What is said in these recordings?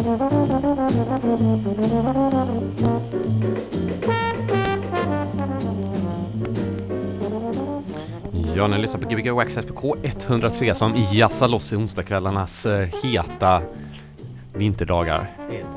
Ja, ni lyssnar på Gbg Waxxed på K103 som jassar loss i onsdagskvällarnas heta vinterdagar.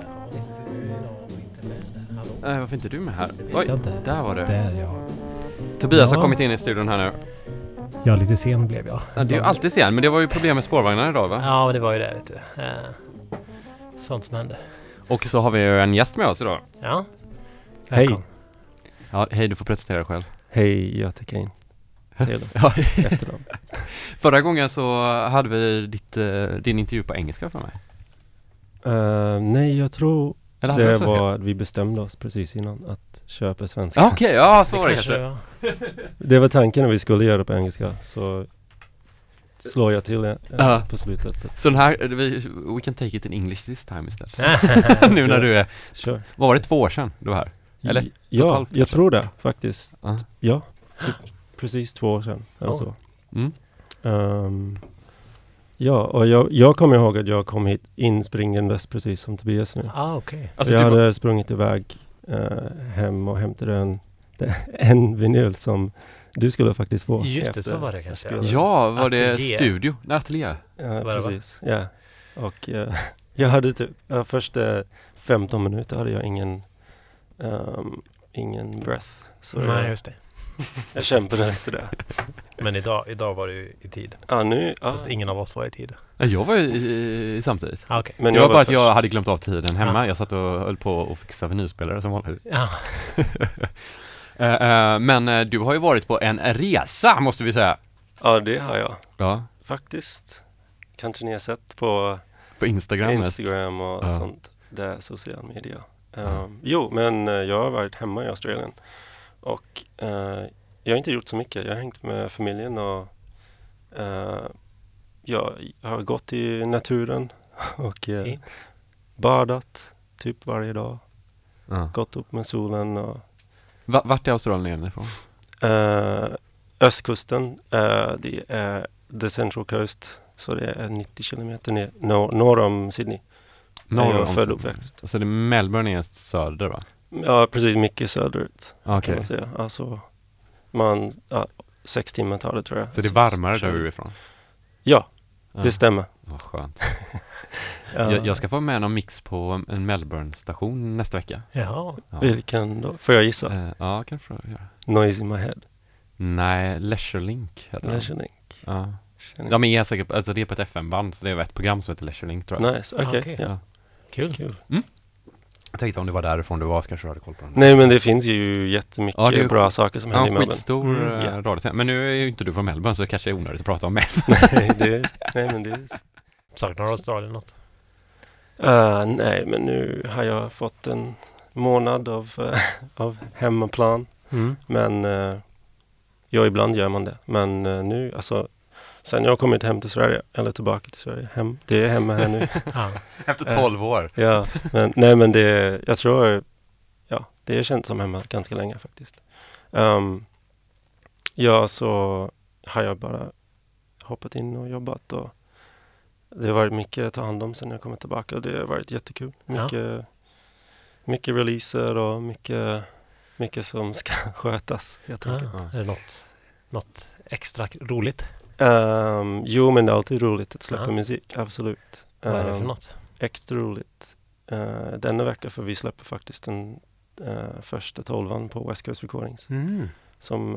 Varför inte du med här? Oj, där var du. Där, ja. Tobias har kommit in i studion här nu. Ja, lite sen blev jag. Ja, det är ju alltid sen, men det var ju problem med spårvagnen idag, va? Ja, det var ju det, vet du. Sånt som hände. Och så har vi ju en gäst med oss idag. Ja. Hej. Välkommen. Ja, hej, du får presentera dig själv. Hej, jag tycker in. Ja. Efternamn. Förra gången så hade vi din intervju på engelska för mig. Nej, jag tror Eller hade det du svenska? var att vi bestämde oss precis innan att köpa svenska. Okej, ja, så var det kanske. var. Det var tanken när vi skulle göra det på engelska, så slår jag till på slutet. Så den här, we can take it in English this time istället. Nu när du är, Sure. vad var det, 2 år sedan du var här? Eller? Ja, totalt jag kanske? tror det faktiskt. Ja. Ja, typ precis 2 år sedan. Eller så. Mm. Ja, och jag kommer ihåg att jag kom hit inspringandes precis som Tobias nu. Okej. Alltså, jag du hade sprungit iväg hem och hämtade en vinyl som du skulle faktiskt få. Just det, efter så var det kanske. spelet. Ja, var det Ateljé. studio? Nej, ateljé. Ja, Var det, precis. Ja. Och jag hade typ, första 15 minuter hade jag ingen breath. Så Nej, just det. jag kämpade efter det. Men idag var det ju i tid. Nu, Fast ingen av oss var i tid. Ja, jag var ju samtidigt. Okej. men Det var bara att först. jag hade glömt av tiden hemma. Ja. Jag satt och höll på att fixa vinylspelare som vanligt. Ja. Men du har ju varit på en resa, måste vi säga. Ja, det har jag Ja, faktiskt. Kanske ni har sett på på Instagram. Instagram och Ja. sånt. Det är social media. Jo, men jag har varit hemma i Australien. Och jag har inte gjort så mycket. Jag har hängt med familjen och jag har gått i naturen och badat typ varje dag. Ja. Gått upp med solen och Vart är Australien ifrån? östkusten. Det är the Central Coast. Så det är 90 kilometer ner, norr om Sydney. Norr jag om är född och Sydney. uppväxt. Så det är Melbourne är söder, va? Ja, precis. Mycket söderut kan Okej. man säga. Alltså, 6 timmar tar det, tror jag. Så det är varmare så- där du är ifrån? Ja, Ja. det stämmer. Vad skönt. Ja. Jag ska få med någon mix på en Melbourne-station nästa vecka. Jaha. Ja. Vilken då? Får jag gissa? Ja, kan jag göra. Noise in my head. Nej, Leisure Link heter den. Leisure Link. Ja. Känner Ja, men jag är säker på, alltså det är på ett FM-band, så det är ett program som heter Leisure Link, tror jag. Nice, okej. Okej. Ja. Ja. Kul. Kul. Jag tänkte om det var därifrån du var, så kanske du hade koll på den. Nej, men det finns ju jättemycket Ja, det är bra saker som händer i Ja, Melbourne. skitstor Ja. radio. Men nu är ju inte du från Melbourne, så det kanske är onödigt att prata om Melbourne. nej, men det är... Saknar Australien något? Nej, men nu har jag fått en månad av hemmaplan. Men ja, ibland gör man det. Men nu, alltså, sen jag har kommit hem till Sverige, eller tillbaka till Sverige, det är hemma här nu. Ja. Efter 12 år. Ja, men det, jag tror, ja, det är känt som hemma ganska länge faktiskt. Ja, så har jag bara hoppat in och jobbat och det har varit mycket att ta hand om sen jag kommit tillbaka och det har varit jättekul. Mycket releaser och mycket som ska skötas, helt enkelt. Är det något extra roligt? Jo, men det är alltid roligt att släppa Ja. musik, absolut. Vad är det för något? Extra roligt. Denna vecka för vi släpper faktiskt den första 12:an på West Coast Recordings. Som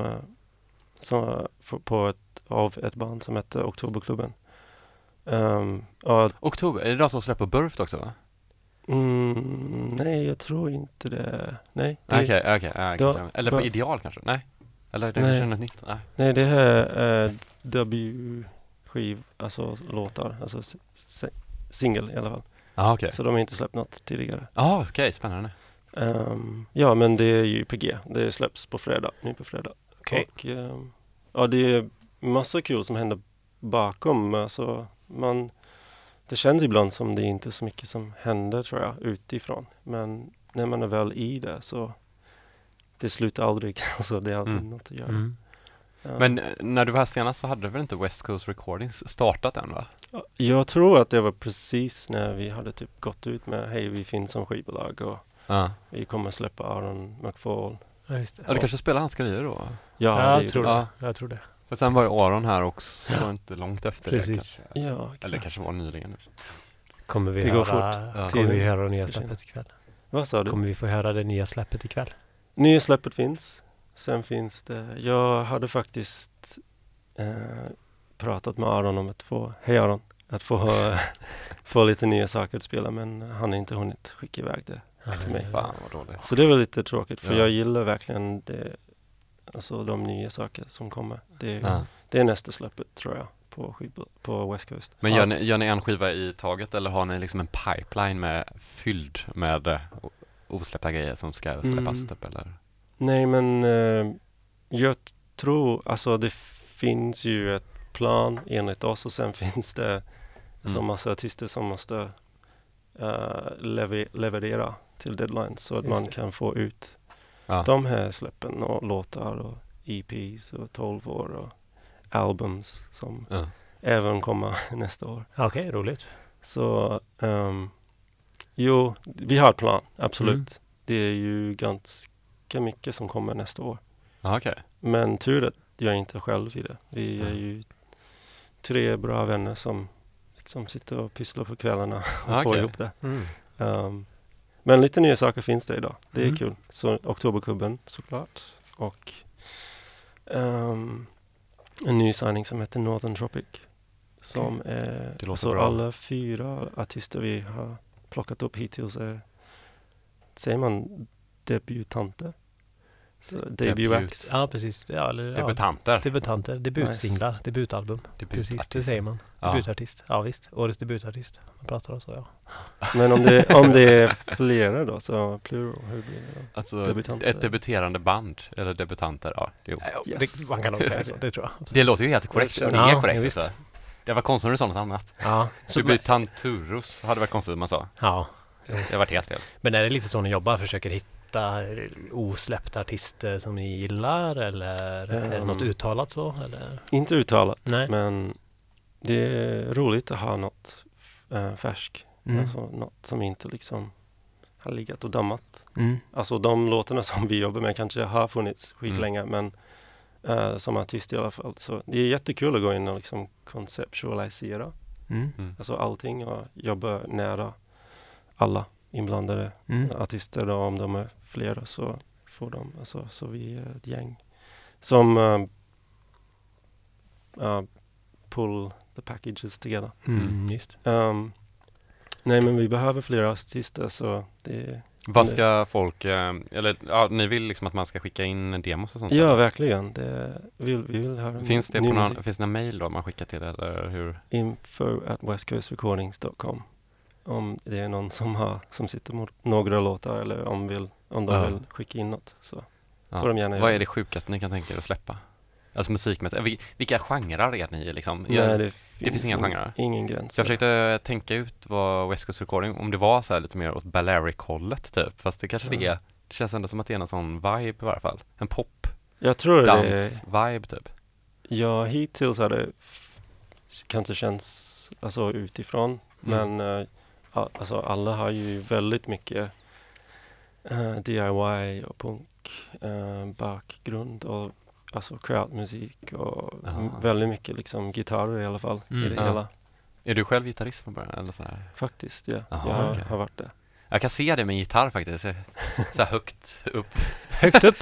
av ett band som heter Oktoberklubben. Oktober, är det de som släpper Burft också, va? Nej, jag tror inte det. Nej, Okej. Eller på då- Ideal kanske? Nej. Eller det Nej. är något nytt? Nej. nej, det här är debutskiv, alltså låtar, alltså singel i alla fall. Okej. Så de har inte släppt något tidigare. Okej, spännande. Ja, men det är ju PG. Det släpps på fredag, nu på fredag. Okej. Och ja, det är massa kul som händer bakom. Alltså, det känns ibland som det inte är så mycket som händer, tror jag, utifrån. Men när man är väl i det så det slutar aldrig. Alltså, det är alltid något att göra. Men när du var här senast så hade väl inte West Coast Recordings startat än, va? Jag tror att det var precis när vi hade typ gått ut med hej, vi finns som skivbolag och vi kommer släppa Aaron McFall. Ja, just det. Ja, du kanske spelar hans grejer då? Ja, jag tror det. Jag tror det. För sen var ju Aaron här också, så inte långt efter Precis. det kanske. Ja, exakt. Eller kanske var nyligen. Kommer vi Det går Kommer vi höra det nya släppet ikväll? Vad sa du? Kommer vi få höra det nya släppet ikväll? Nya släppet finns. Sen finns det, jag hade faktiskt pratat med Aaron om att få lite nya saker att spela, men han har inte hunnit skicka iväg det till mig. Fan vad dåligt. Så det är väl lite tråkigt, för Ja. jag gillar verkligen det, alltså de nya saker som kommer. Det är nästa släppet tror jag på West Coast. Men gör ni en skiva i taget eller har ni liksom en pipeline fylld med osläppta grejer som ska släppas typ, eller? Nej, men jag tror, alltså det finns ju ett plan enligt oss och sen finns det så massa artister som måste leverera till deadline så att Just man det. kan få ut de här släppen och låtar och EPs och 12 år och albums som även kommer nästa år. Okej, roligt. Så jo, vi har ett plan, absolut. Det är ju ganska mycket som kommer nästa år. Okej. Men tur att jag är inte själv i det. Vi är ju 3 bra vänner som liksom sitter och pysslar på kvällarna och får ihop det. Men lite nya saker finns det idag. Det är kul. Så Oktoberklubben såklart. Och en ny signing som heter Northern Tropic. Som är låter bra. Alla 4 artister vi har plockat upp hittills är, säger man debutanter? Debut-acts. Ja, precis. Ja, Debutanter. Debutsinglar, debutalbum. Precis, det säger man. Debutartist. Ja, visst. Årets debutartist. Man pratar om så, ja. Men om det är flera då, så plural, hur blir det då? Alltså Debutanter. ett debuterande band, eller debutanter, ja. Jo. Yes. Man kan nog säga så, det tror jag. Det låter ju helt korrekt. Det Ja, är korrekt. visst. Alltså. Det var konstigt om du sa något annat. Ja. Debutanturus hade varit konstigt om man sa. Ja. Det har varit helt fel. Men är det lite så ni jobbar? Försöker hitta osläppta artister som ni gillar? Eller är det något uttalat så? Eller? Inte uttalat, Nej. men det är roligt att ha något färskt. Alltså något som inte liksom har legat och dammat. Alltså de låtarna som vi jobbar med kanske har funnits skitlänge, men som artist i alla fall. Så det är jättekul att gå in och liksom konceptualisera alltså allting och jobba nära alla inblandade artister, och om de är flera så får de, alltså, så vi är ett gäng som pull the packages together. Just. Nej, men vi behöver flera artister, så det. Vad ska folk, eller ni vill liksom att man ska skicka in demos och sånt? Ja, verkligen. Vi vill höra. Finns det på finns det någon mail då man skickar till, eller hur? info@westcoastrecordings.com. Om det är någon som sitter mot några låtar, eller om de vill skicka in något, så får de gärna göra. Vad är det sjukaste ni kan tänka er att släppa? Alltså musikmässigt. Vilka genrer är ni liksom? Nej, det finns inga genrer. Ingen gräns. Så jag försökte tänka ut vad West Coast Recording, om det var så här lite mer åt Balearic-hållet typ. Fast det kanske det känns ändå som att det är någon sån vibe i varje fall. En pop, jag tror dans-vibe typ. Ja, hittills har det kanske känns alltså utifrån. Men alltså alla har ju väldigt mycket DIY och punk bakgrund och alltså crowdmusik och väldigt mycket liksom gitarrer i alla fall i det hela. Är du själv gitarrist från början eller så här? Faktiskt, ja. Aha, jag okej. har varit det. Jag kan se det med gitarr faktiskt. Så här högt upp. Högt upp?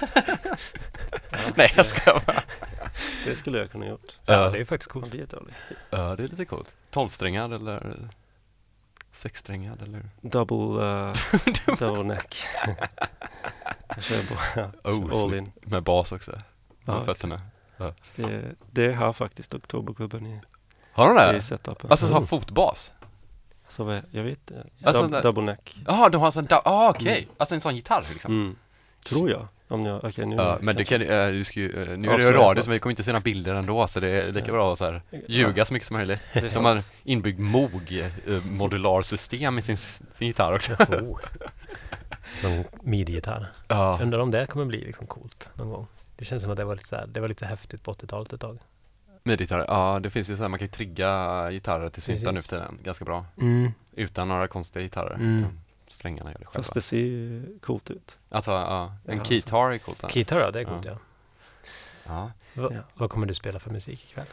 Nej, jag ska bara. Det skulle jag kunna gjort. Ja, det är faktiskt coolt. Det är dåligt. Ja, det är lite coolt. 12-strängad eller 6-strängad eller? Double neck. Jag kör bara all in. Med bas också. På Ja, fötterna. Ja. Det har faktiskt Oktoberklubben i. Har de det? I setupen. Alltså så har fotbas? Så jag vet Alltså, double neck. Jaha, de har en sån okej. Alltså en sån gitarr liksom. Tror jag. Om nu. Ja, men du kan du ska ju, nu är det ju radio, så vi kommer inte se några bilder ändå, så det är lika bra att så här ljuga så mycket som möjligt. De har inbyggd modular-system i sin gitarr också. Som midi-gitarr. Ja. Undrar om det kommer bli liksom coolt någon gång. Det känns som att det var lite häftigt på 80-talet ett tag. Midi-gitarrer, ja det finns ju så här, man kan ju trigga gitarrer till syntar nu för tiden, ganska bra. Utan några konstiga gitarrer. Utan strängarna gör det själva. Fast det ser ju coolt ut. Alltså, en keytar är coolt. Keytar, ja, det är coolt, Ja. Vad kommer du spela för musik ikväll?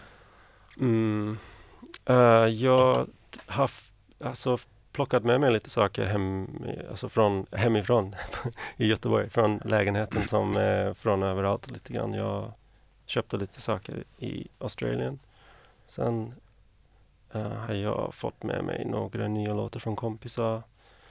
Jag har plockat med mig lite saker hemifrån i Göteborg, från lägenheten som är från överallt lite grann. Jag köpte lite saker i Australien. Sen har jag fått med mig några nya låtar från kompisar.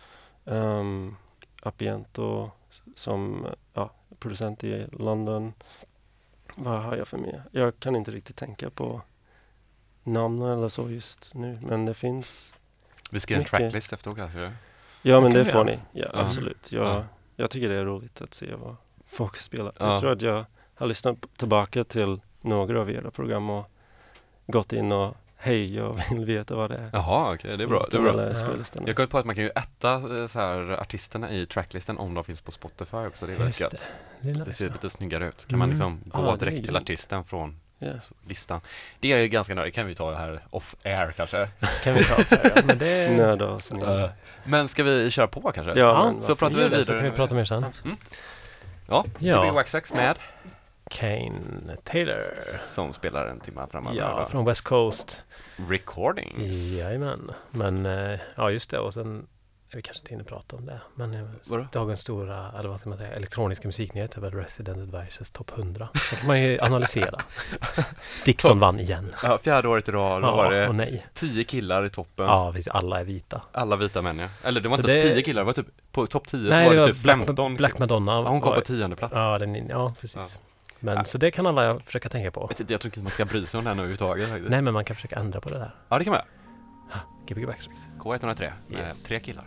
Appiento som producent i London. Vad har jag för mer? Jag kan inte riktigt tänka på namn eller så just nu, men det finns. Vi ska göra en tracklist efter kanske. Ja, men det får ni. Ja, absolut. Jag tycker det är roligt att se vad folk spelar. Jag tror att jag har lyssnat tillbaka till några av era program och gått in och hej, jag vill veta vad det är. Jaha, okej, det är bra. Det är bra. Ja. Jag kom på att man kan ju ätta så här artisterna i tracklisten om de finns på Spotify också. Det är väldigt gött. Det ser lite snyggare ut. Kan man liksom gå direkt till artisten från listan. Det är ju ganska nödigt. Kan vi ta det här off-air kanske? Kan vi ta off-air, men det... Men ska vi köra på kanske? Ja, så pratar vi vidare. Så kan vi prata mer sen. Ja, det blir Waxax med Kane Taylor. Som spelar en timme framöver. Ja, från West Coast Recordings. Jajamän. Men just det, och sen är vi kanske inte inne och prata om det. Men dagens stora, eller vad ska man säga, elektroniska musiknyheter var Resident Advisors topp 100. Det kan man ju analysera. Dixon vann igen. Ja, 4:e året i rad. Då var det 10 killar i toppen. Ja, alla är vita. Alla vita män, ja. Eller det var inte 10 killar, det var typ på topp 10 nej, så var det typ 15. Black Madonna. Ja, hon kom på 10:e plats. Ja, precis. Ja. Men så det kan alla försöka tänka på. Jag tror inte man ska bry sig om det här överhuvudtaget. Nej, men man kan försöka ändra på det där. Ja, det kan man göra. Gbg Backstreet. K103 med 3 killar.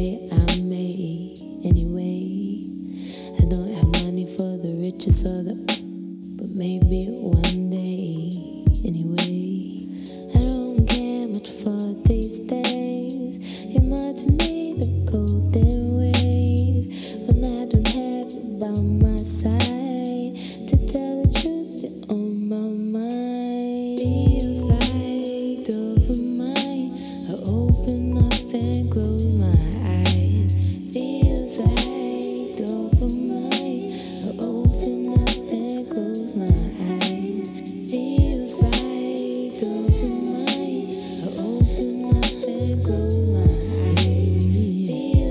day I may. Anyway, I don't have money for the riches or the, but maybe one day. Anyway, I don't care much for these days. You're more to me the golden ways. When I don't have you by my side, to tell the truth, you're on my mind. Feels like dopamine. I open up and close my eyes. Feels like dopamine. I open up and close my eyes. Feels like dopamine. I open up and close my eyes.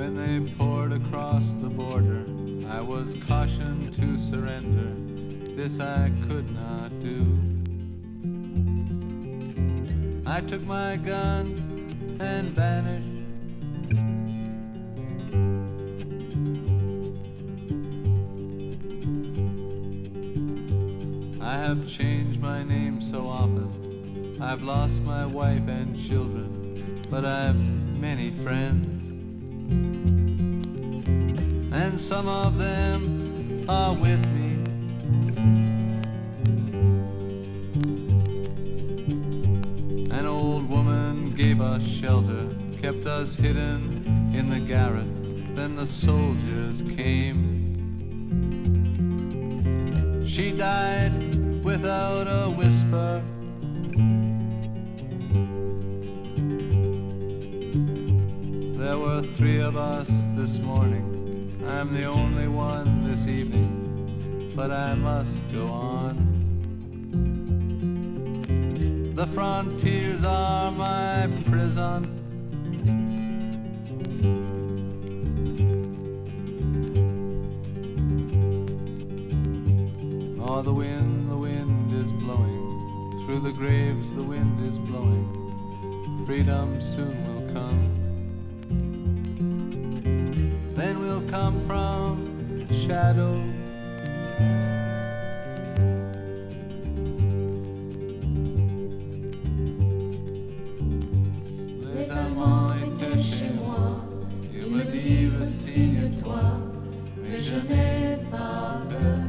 When they poured across the border, I was cautioned to surrender. This I could not do. I took my gun and vanished. I have changed my name so often. I've lost my wife and children, but I've many friends. And some of them are with me. An old woman gave us shelter, kept us hidden in the garret. Then the soldiers came. She died without a whisper. There were 3 of us this morning. I'm the only one this evening, but I must go on. The frontiers are my prison. Oh, the wind is blowing. Through the graves the wind is blowing. Freedom soon will come. Then we'll come from the shadow. Les Allemands étaient chez moi. Ils me dirent signe-toi, mais je n'ai pas peur.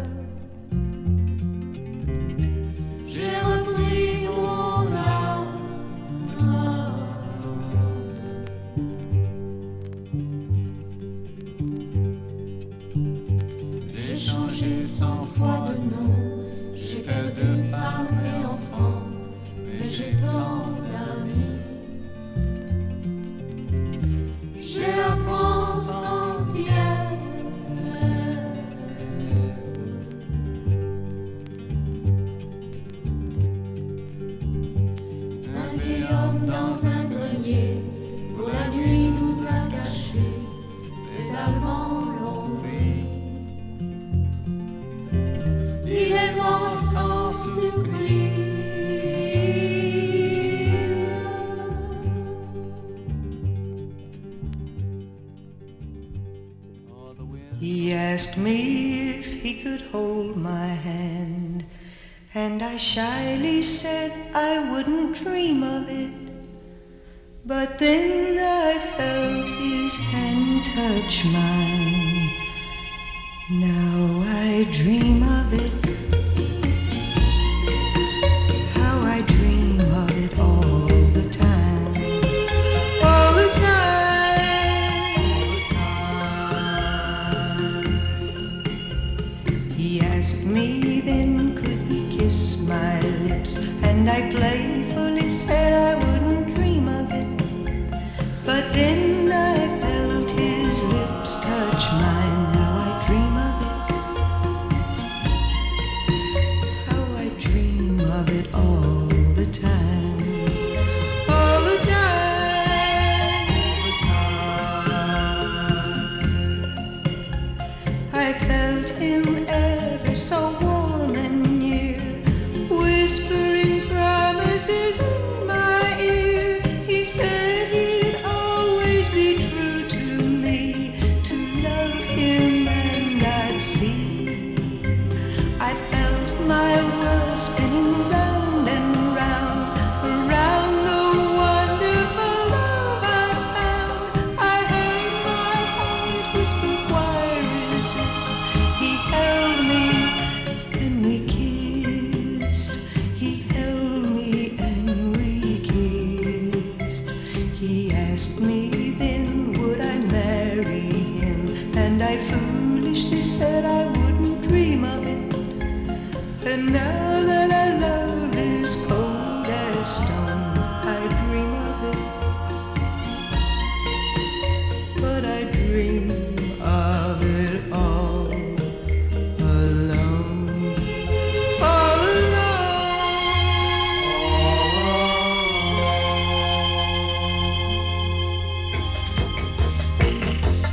J'ai repris mon âme. J'ai changé 100 fois de nom. J'ai perdu femme et enfants, mais j'ai tant d'amis. J'ai la France entière. Un vieil homme dans un grenier, pour la nuit nous a cachés. Les Allemands l'ont pris. Il est mort sans surprise. He asked me if he could hold my hand, and I shyly said I wouldn't dream of it. But then I felt his hand touch mine. Now I dream of it. How I dream of it all the time. All the time. He asked me then could he kiss my lips, and I playfully said I wouldn't dream of it. But then I felt his lips touch mine. Now I dream of it. How I dream of it all the time. All the time. I felt him ever so warm and near, whispering promises in my ear. He said he'd always be true to me, to love him and I'd see. I felt my world spinning round and round, around the wonderful love I'd found. I heard my heart whisper, why resist? He held me and we kissed. He held me and we kissed. He asked me then would I marry him, and I foolishly said I wouldn't dream of it. And now that our love is cold as stone, I dream of it. But I dream of it all alone. All alone.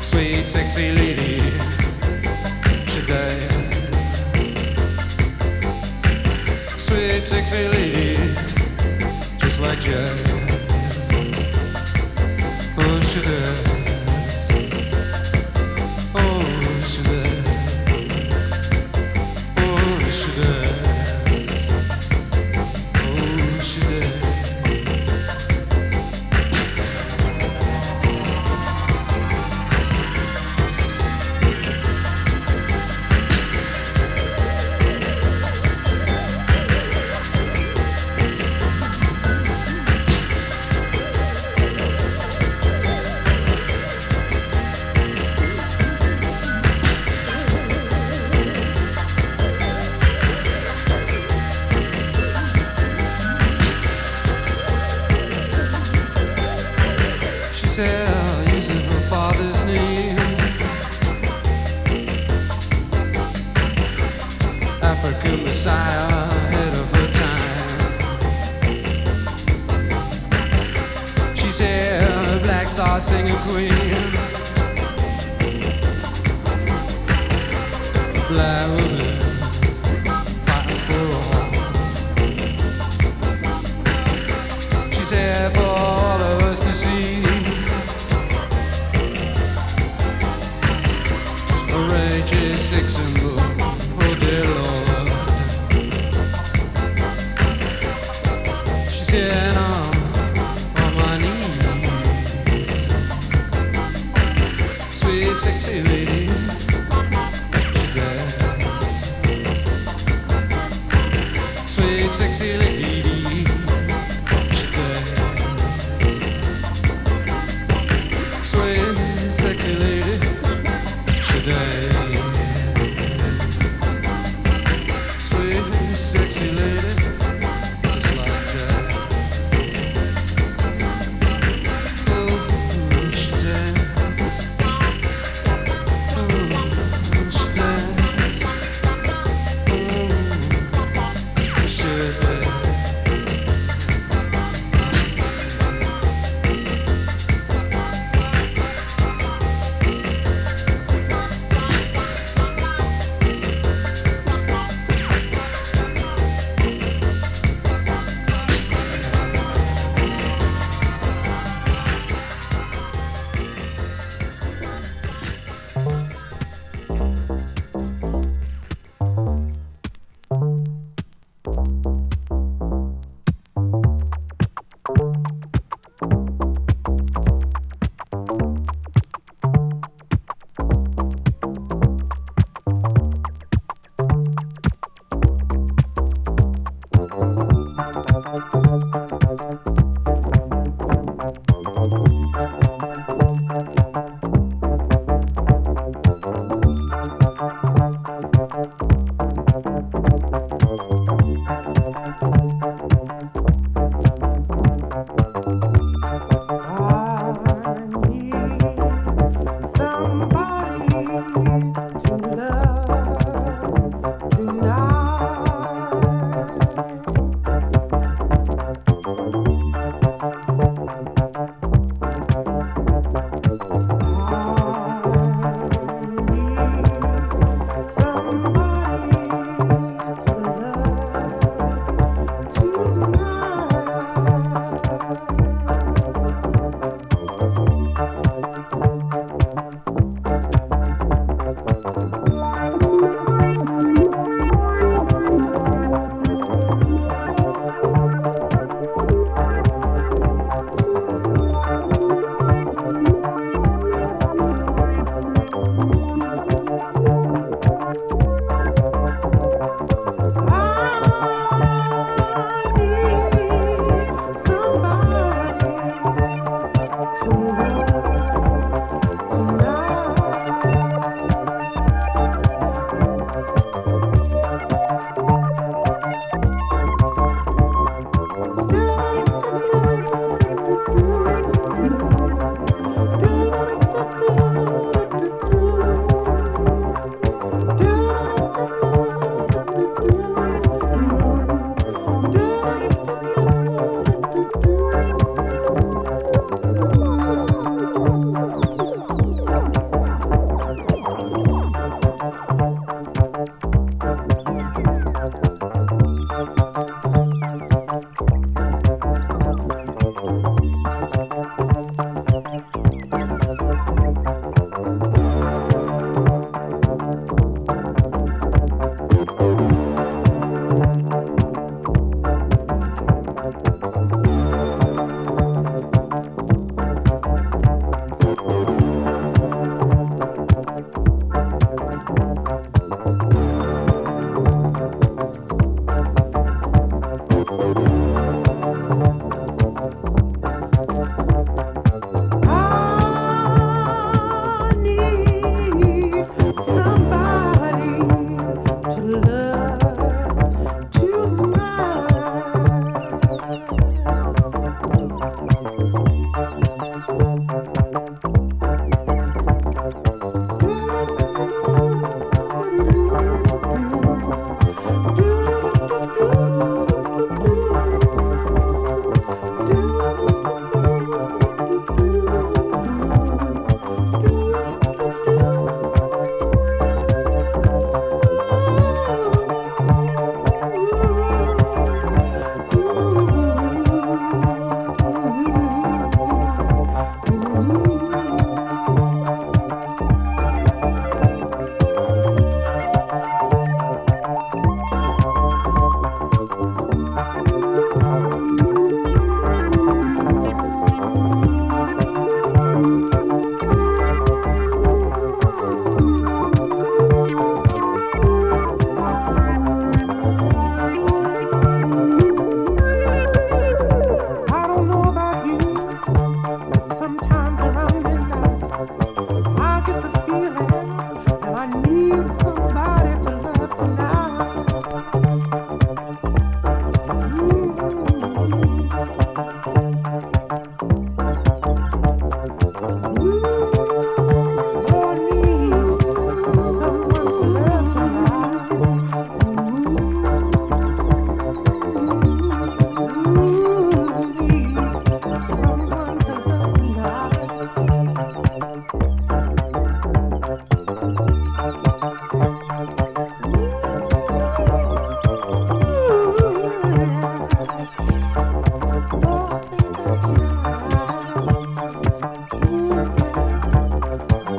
Sweet sexy lady, she does. Sweet sexy lady, just like jazz. Oh, she does. Oh, she does. Oh, she does. Oh, she does. Using her father's name, African Messiah, ahead of her time. She said, Black Star singing queen, black woman fighting for all. She said, for all of us to see. Six and blue, oh dear Lord. She said I'm on my knees. Sweet sexy lady, she does. Sweet sexy lady, she does. Sweet sexy lady, she does. Sexy lady, just like jazz. Oh, she dance. Oh, she dance. Oh, she dance.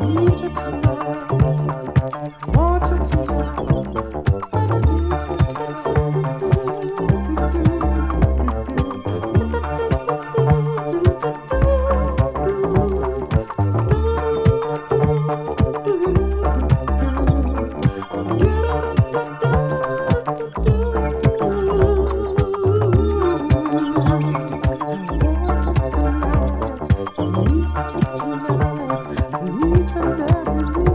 Need you,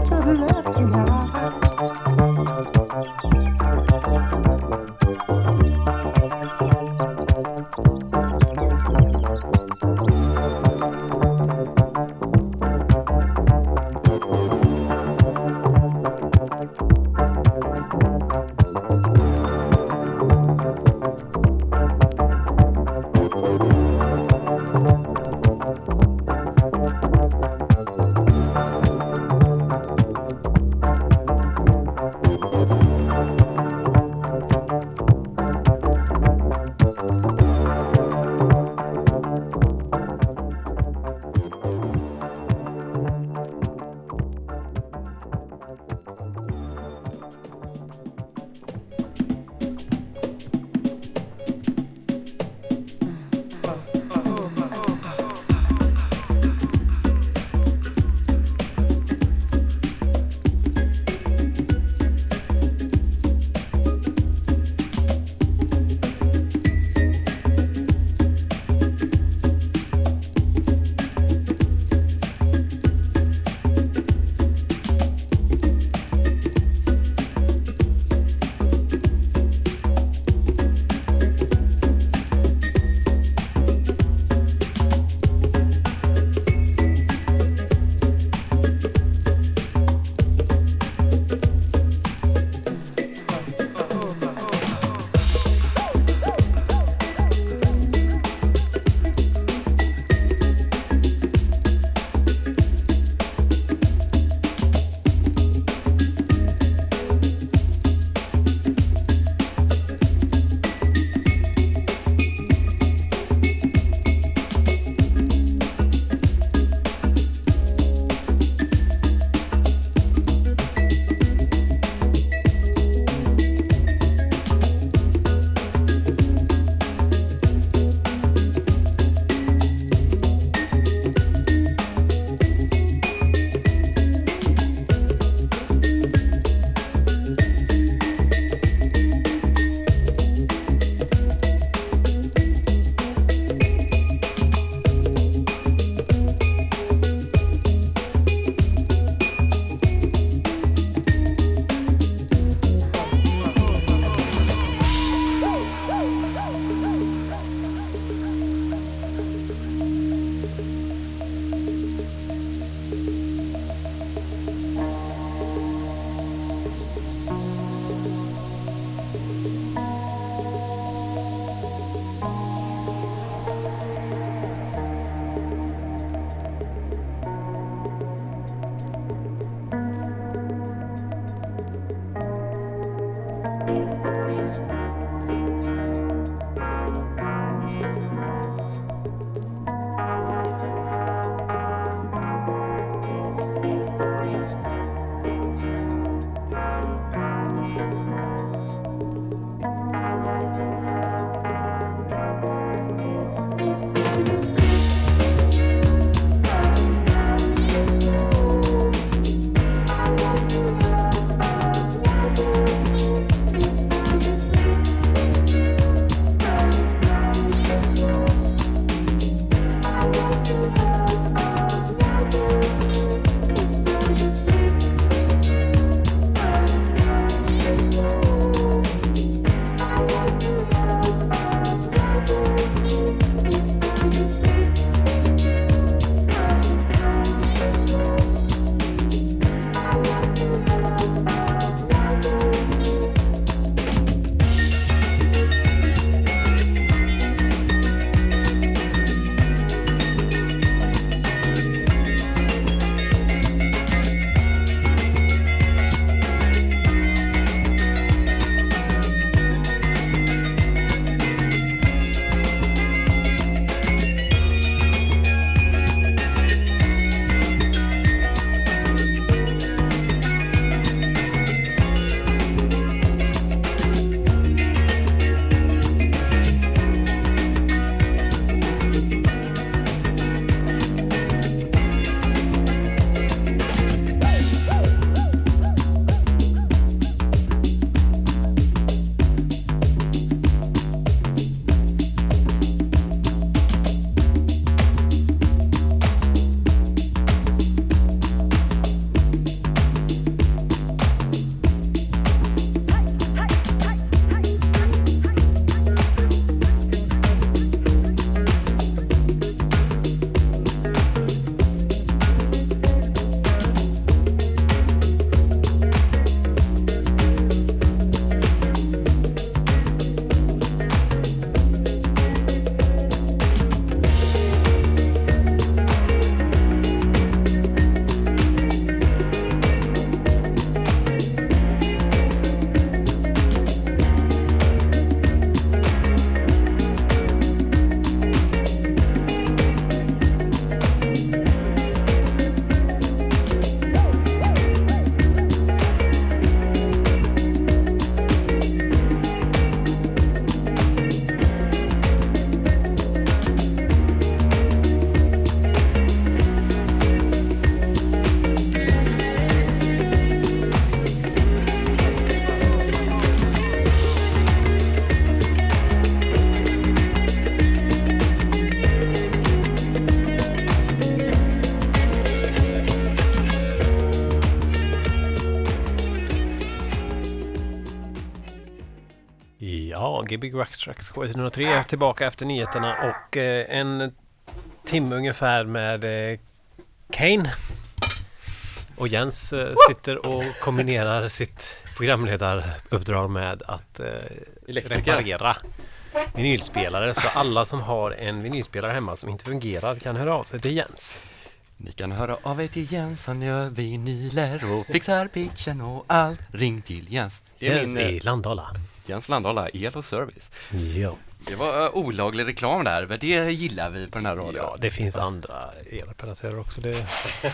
Ja, Gbg Racktracks K103 är tillbaka efter nyheterna och en timme ungefär med Kane. Och Jens sitter och kombinerar sitt programledaruppdrag med att reparera vinylspelare. Så alla som har en vinylspelare hemma som inte fungerar kan höra av sig till Jens. Ni kan höra av er till Jens, han gör vinyler och fixar pitchen och allt. Ring till Jens. Jens i Landala. Jens Landala, el och service. Ja. Det var olaglig reklam där, men det gillar vi på den här radion. Ja, det finns andra eloperatörer också. Det...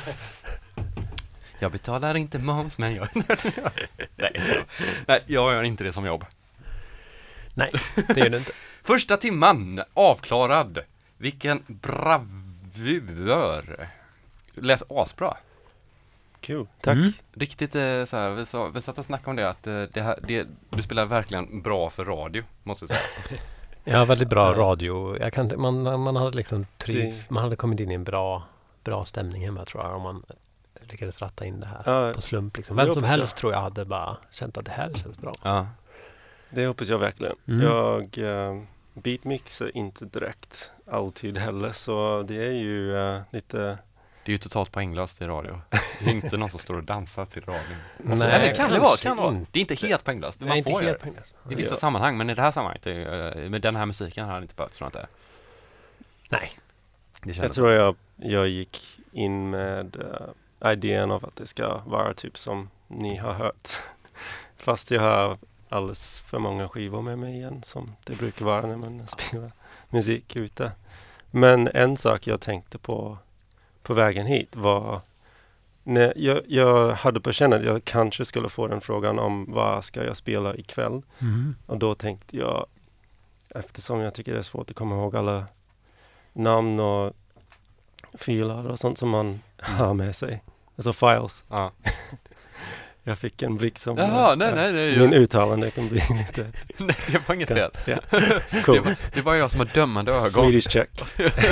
Jag betalar inte moms, men jag... Nej, jag gör inte det som jobb. Nej, det gör du inte. Första timman, avklarad. Vilken bravur. Läs asbra. Kul, tack. Riktigt så här, vi satt och snackade om det, att du spelar verkligen bra för radio, måste jag säga. Ja, väldigt bra radio. Man hade liksom man hade kommit in i en bra stämning hemma, tror jag, om man lyckades ratta in det här på slump. Liksom. Vem som helst tror jag hade bara känt att det här känns bra. Ja. Det hoppas jag verkligen. Jag beatmixar inte direkt alltid heller, så det är ju lite... Det är ju totalt poänglöst i radio. Det är inte någon som står och dansar till radio. Nej, eller kan det vara? Det är inte helt poänglöst. Nej, inte helt poänglöst. I vissa sammanhang, men i det här sammanhanget, med den här musiken har det inte behövt, tror jag inte. Nej. Jag tror jag gick in med idén av att det ska vara typ som ni har hört. Fast jag har alldeles för många skivor med mig igen, som det brukar vara när man spelar musik ute. Men en sak jag tänkte på vägen hit var när jag hade på känn att jag kanske skulle få den frågan om vad ska jag spela ikväll. Och då tänkte jag, eftersom jag tycker det är svårt att komma ihåg alla namn och filer och sånt som man har med sig, alltså files. Ja. Jag fick en blick som nej, min uttalande kan bli lite... Nej, det var inget fel. Ja. Cool. Det var jag som har dömande ögon. Swedish check.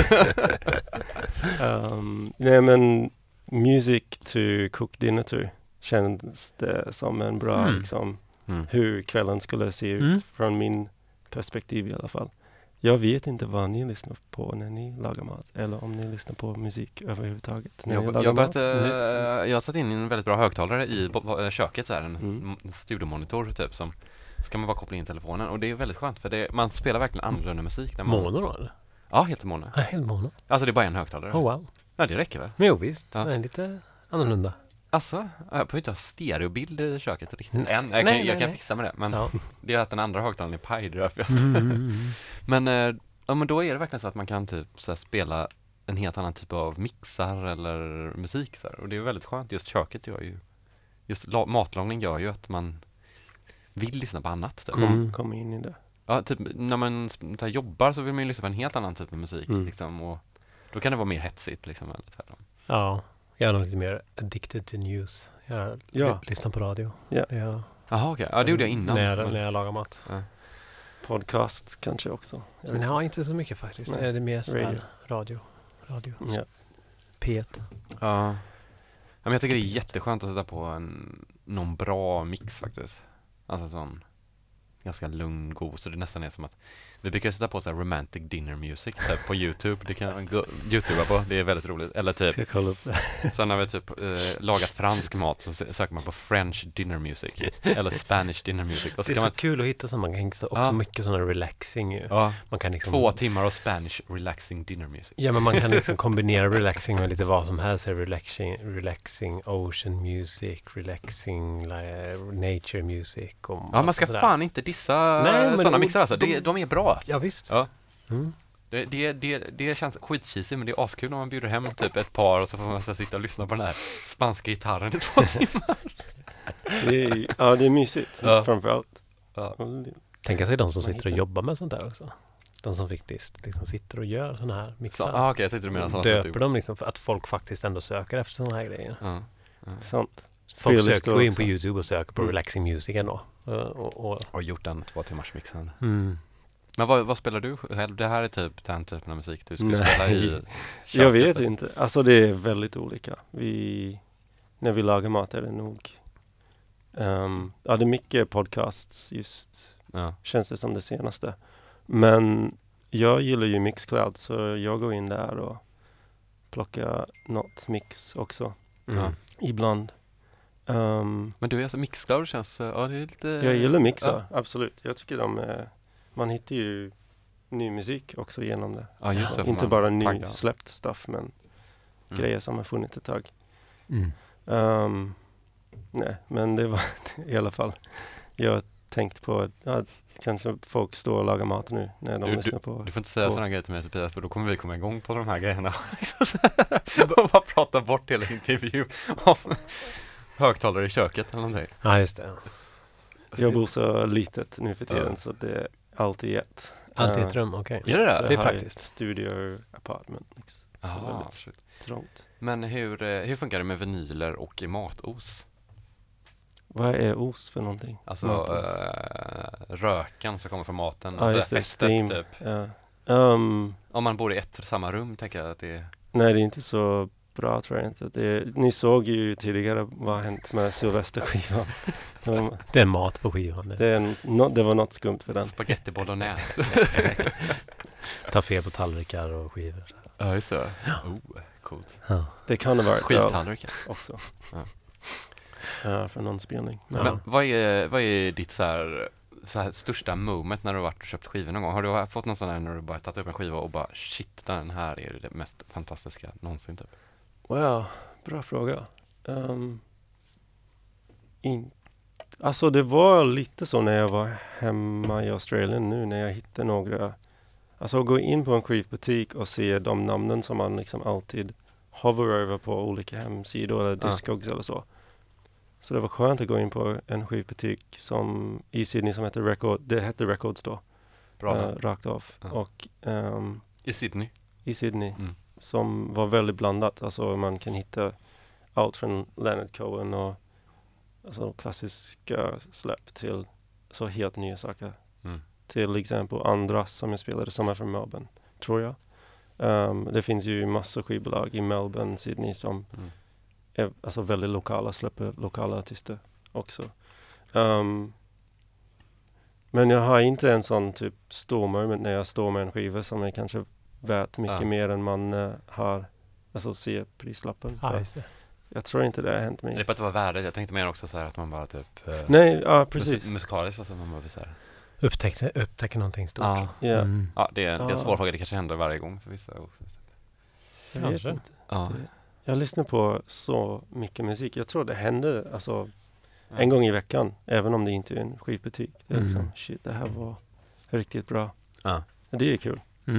Nej, men music to cook dinner to känns det som en bra liksom, hur kvällen skulle se ut från min perspektiv i alla fall. Jag vet inte vad ni lyssnar på när ni lagar mat, eller om ni lyssnar på musik överhuvudtaget. Jag satt in en väldigt bra högtalare i köket, så här, en studiomonitor typ, som ska man bara koppla in telefonen, och det är väldigt skönt för man spelar verkligen annorlunda musik när man... Mono då, eller? Ja, helt mono. Ja, helt mono. Alltså det är bara en högtalare. Oh, wow. Ja, det räcker väl? Jo, visst. Det är lite annorlunda. Alltså, jag behöver inte ha stereobild i köket riktigt än. Jag kan fixa med det, men det är att den andra högtalaren är paj, det är därför men då är det verkligen så att man kan typ så här, spela en helt annan typ av mixar eller musik så här. Och det är väldigt skönt. Just köket gör ju, just matlagning gör ju att man vill lyssna på annat typ. Kom in i det. Ja, typ när man jobbar så vill man ju lyssna på en helt annan typ av musik liksom, och då kan det vara mer hetsigt liksom, eller tvärtom. Ja, jag är nog lite mer addicted to news. Jag lyssnar på radio. Jaha, okej. Ja, det gjorde jag innan. När jag lagar mat. Ja. Podcast kanske också. Men jag har inte så mycket faktiskt. Det är mer radio. Ja. P1. Ja. Men jag tycker det är jätteskönt att sätta på någon bra mix faktiskt. Alltså sån ganska lugn, god, så det nästan är som att vi brukar sätta på så här romantic dinner music typ på YouTube. Det kan man YouTubea på, det är väldigt roligt. Eller typ, ska kolla upp det. Sen har vi typ lagat fransk mat, så söker man på French dinner music eller Spanish dinner music. Och det är så kul att hitta så, man kan hitta också mycket sådana relaxing. Ja. Man kan liksom 2 timmar av Spanish relaxing dinner music. Ja, men man kan liksom kombinera relaxing med lite vad som helst. Relaxing ocean music, relaxing nature music. Ja, man ska fan inte dissa sådana mixar alltså. De är bra. Ja, visst. Ja. Det känns skitcheesy, men det är askul när man bjuder hem typ ett par och så får man så sitta och lyssna på den här spanska gitarren i 2 timmar. Det är mysigt, framförallt. Ja. Tänka sig de som sitter och jobbar med sånt där också. De som faktiskt liksom sitter och gör såna här mixar. Okej, jag tyckte du menar sådana. Döper dem liksom för att folk faktiskt ändå söker efter såna här grejer. Sant. Folk söker, gå in på YouTube och söker på relaxing music ändå. Och gjort en 2 timmars mixande. Men vad spelar du själv? Det här är typ den typen av musik du skulle spela i köket. Jag vet inte. Alltså det är väldigt olika. När vi lagar mat är det nog det är mycket podcasts just Känns det som det senaste. Men jag gillar ju Mixcloud, så jag går in där och plockar något mix också. Ibland. Men du, alltså Mixcloud känns, det är lite... Jag gillar mixar, absolut. Jag tycker man hittar ju ny musik också genom det. Ja, just det. Inte bara ny släppt stuff, men grejer som har funnits ett tag. Nej, men det var i alla fall. Jag tänkt på att kanske folk står och lagar mat nu när de lyssnar på... Du får inte säga sådana grejer till mig, Tobias, för då kommer vi komma igång på de här grejerna. Och bara prata bort hela intervju om högtalare i köket eller någonting. Ja, just det. Jag bor så litet nu för tiden, så det är alltid ett. Alltid ett rum, okej. Gör det? Det är praktiskt. Studio apartment. Liksom. Ja, väldigt trångt. Men hur funkar det med vinyler och i matos? Vad är os för någonting? Alltså röken som kommer från maten. Ja, alltså just det, steam. Typ. Ja. Om man bor i samma rum, tänker jag att det är... Nej, det är inte så bra, tror jag inte. Ni såg ju tidigare vad har hänt med Sylvesterskivan. Det är mat på skivan. Det var något skumt för den. Spaghetti bolognese. Ta fel på tallrikar och skivor. Ja, just det. Coolt. Ja. Det kan ha varit skivtallrikar också. För någon spelning. Men vad är ditt så här största moment när du har varit och köpt skivor någon gång? Har du fått någon sån här när du bara tagit upp en skiva och bara shit, den här är det mest fantastiska någonsin typ? Wow, bra fråga. Alltså det var lite så när jag var hemma i Australien nu, när jag hittade några. Alltså gå in på en skivbutik och se de namnen som man liksom alltid hover över på olika hemsidor eller Discogs eller så. Så det var skönt att gå in på en skivbutik i Sydney som heter Records då. Bra. Rakt av. Och, i Sydney? I Sydney. Som var väldigt blandat. Alltså man kan hitta allt från Leonard Cohen och alltså klassiska släpp till så helt nya saker. Till exempel Andras som jag spelade som är från Melbourne, tror jag. Det finns ju massor skivbolag i Melbourne, Sydney som är alltså väldigt lokala, släpper lokala artister också. Men jag har inte en sån typ stor moment när jag står med en skiva som är kanske värt mycket mer än man har, alltså ser prislappen. Jag tror inte det har hänt mig. Det är på att det var värdet. Jag tänkte mer också så här att man bara typ... Nej, ja precis. Musikaliskt, alltså man bara så här... Upptäcker någonting stort. Ja, det är en svår fråga. Det kanske händer varje gång för vissa också. Kanske. Jag lyssnar på så mycket musik. Jag tror det händer alltså en gång i veckan, även om det inte är en skivbutik. Det är liksom, shit, det här var riktigt bra. Det är kul.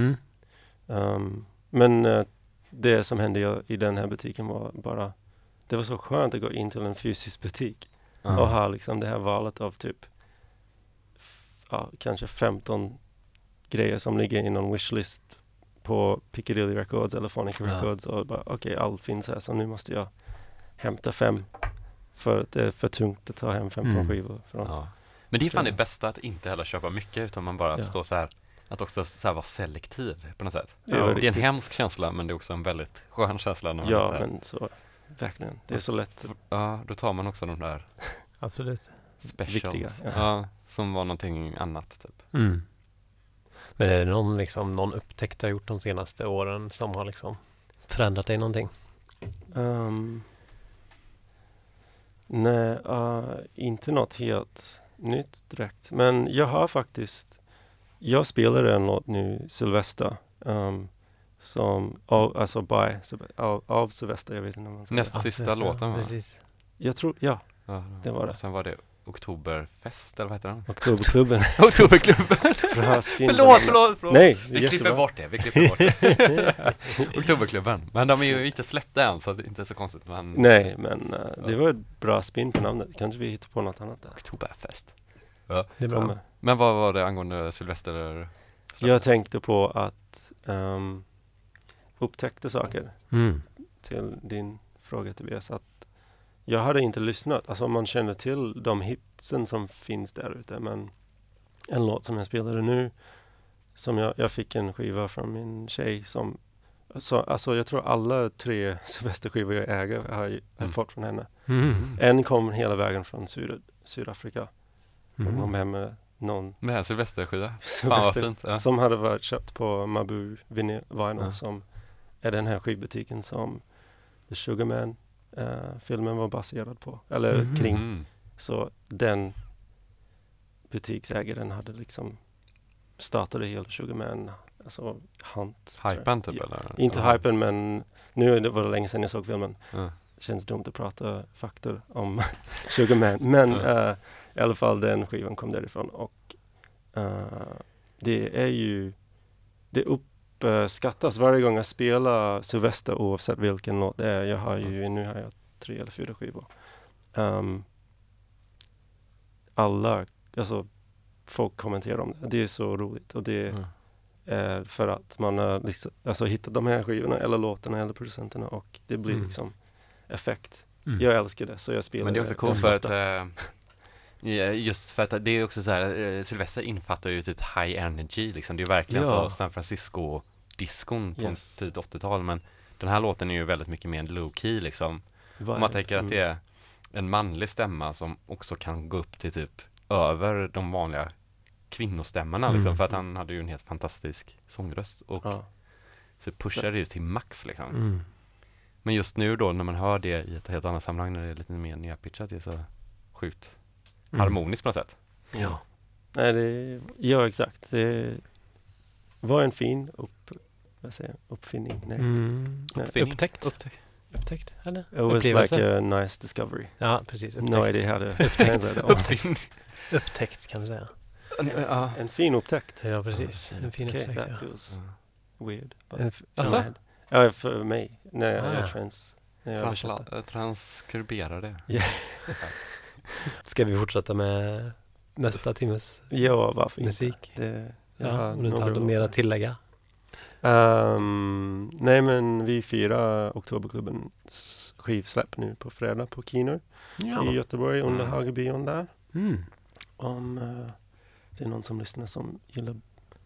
Men det som hände i den här butiken var bara, det var så skönt att gå in till en fysisk butik och ha liksom det här valet av typ kanske 15 grejer som ligger i någon wishlist på Piccadilly Records eller Phonica Records och bara okej, allt finns här, så nu måste jag hämta 5 för att det är för tungt att ta hem 15 skivor från. Men det är fan det bästa, att inte heller köpa mycket, utan man bara står så här, att också så här vara selektiv på något sätt. Det är en hemsk känsla, men det är också en väldigt skön känsla när man men så verkligen, det är så lätt. Ja, då tar man också de där absolut specials. Som var någonting annat typ. Men är det någon upptäckt du har gjort de senaste åren som har liksom förändrat dig någonting? Nej, inte något helt nytt direkt. Men jag har faktiskt, jag spelar en låt nu, Sylvester, som av Sylvester, jag vet inte om man säger. Näst sista låten, va? Precis. Jag tror, det var det. Och sen var det Oktoberfest, eller vad heter den? Oktoberklubben. Oktoberklubben. Förlåt. Nej, vi klipper bort det. Oktoberklubben. Men de är ju inte släppta än, så det är inte så konstigt. Nej, men det var ett bra spin på namnet. Kanske vi hittar på något annat där. Oktoberfest. Ja, det är bra. Men vad var det angående Sylvester? Jag tänkte på att upptäckte saker till din fråga, Tobias, att jag hade inte lyssnat. Alltså man känner till de hitsen som finns där ute. Men en låt som jag spelade nu, som jag fick en skiva från min tjej som, alltså jag tror alla 3 Sylvesterskivor jag äger har jag fått från henne. En kom hela vägen från Sydafrika. Hon kom hem med någon med Sylvester-skiva. Fan vad fint. Ja. Som hade varit köpt på Mabu Vinyl, som är den här skivbutiken som The Sugar Man filmen var baserad på. Eller kring. Så den butiksägaren hade liksom startade hela Sugar Man. Alltså Hypen typ eller? Inte hypen, men nu var det länge sedan jag såg filmen. Känns dumt att prata faktor om Sugar Man. Men i alla fall den skivan kom därifrån. Och det är ju, det uppskattas varje gång jag spelar Sylvester oavsett vilken låt det är. Nu har jag 3 eller 4 skivor. Folk kommenterar om det. Det är så roligt. Och det är för att man har liksom, hittat de här skivorna eller låtarna eller producenterna och det blir liksom effekt. Jag älskar det, så jag spelar. Men det är också coolt för att just för att det är också så här, Sylvester infattar ju ett high energy liksom. Det är verkligen så San Francisco-diskon från tidigt 80-tal, men den här låten är ju väldigt mycket mer low key liksom. Om man tänker att det är en manlig stämma som också kan gå upp till typ över de vanliga kvinnostämmorna liksom, för att han hade ju en helt fantastisk sångröst och så pushar det ju till max liksom. Men just nu då när man hör det i ett helt annat sammanhang, när det är lite mer nedpitchat, det är så sjukt harmoniskt på något sätt. Ja. Nej, exakt. Det var en fin uppfinning. Upptäckt, eller? It was like a nice discovery. Ja, precis. Upptäckt. No idea how to translate it. Upptäckt kan man säga. En fin upptäckt. Ja, precis. En fin upptäckt. That feels weird. För mig. När jag transkriberar det. Yeah. Ska vi fortsätta med nästa timmes musik? Om du inte hade mer att tillägga. Nej, men vi firar Oktoberklubbens skivsläpp nu på fredag på Kino i Göteborg under Hagebion där. Om det är någon som lyssnar som gillar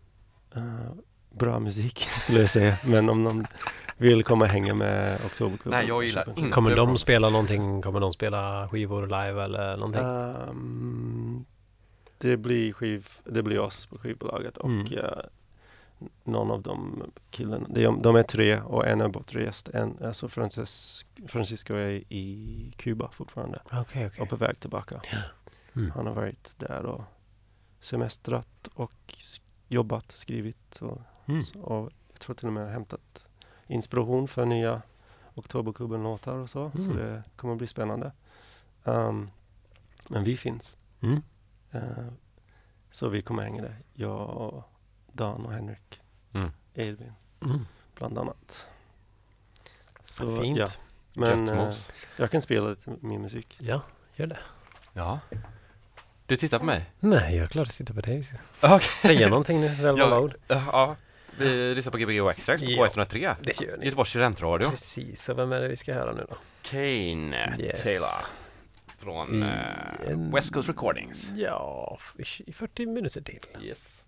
bra musik skulle jag säga, men om någon vill komma och hänga med Oktoberklubben. Nej, jag gillar inte. Kommer de spela någonting? Kommer de spela skivor live eller någonting? Det blir oss på skivbolaget och någon av de killarna, de är 3 och en är bortrest. Alltså Francisco är i Kuba fortfarande. Okay. Och på väg tillbaka. Han har varit där och semestrat och jobbat, skrivit och jag tror till och med hämtat inspiration för nya Oktoberklubben-låtar och så. Så det kommer att bli spännande. Men vi finns. Så vi kommer hänga där. Jag, Dan och Henrik. Edvin. Bland annat. Så, fint. Ja. Men jag kan spela lite mer musik. Ja, gör det. Ja. Du tittar på mig? Nej, jag är klart att titta på dig. Säga någonting nu, väl loud. Ja. Vi lyssnar på Gbg Extract på 103. Det gör ni. Göteborgs studentradio. Precis, så vem är det vi ska höra nu då? Kane Taylor. Från West Coast Recordings. Ja, i 40 minuter till. Yes.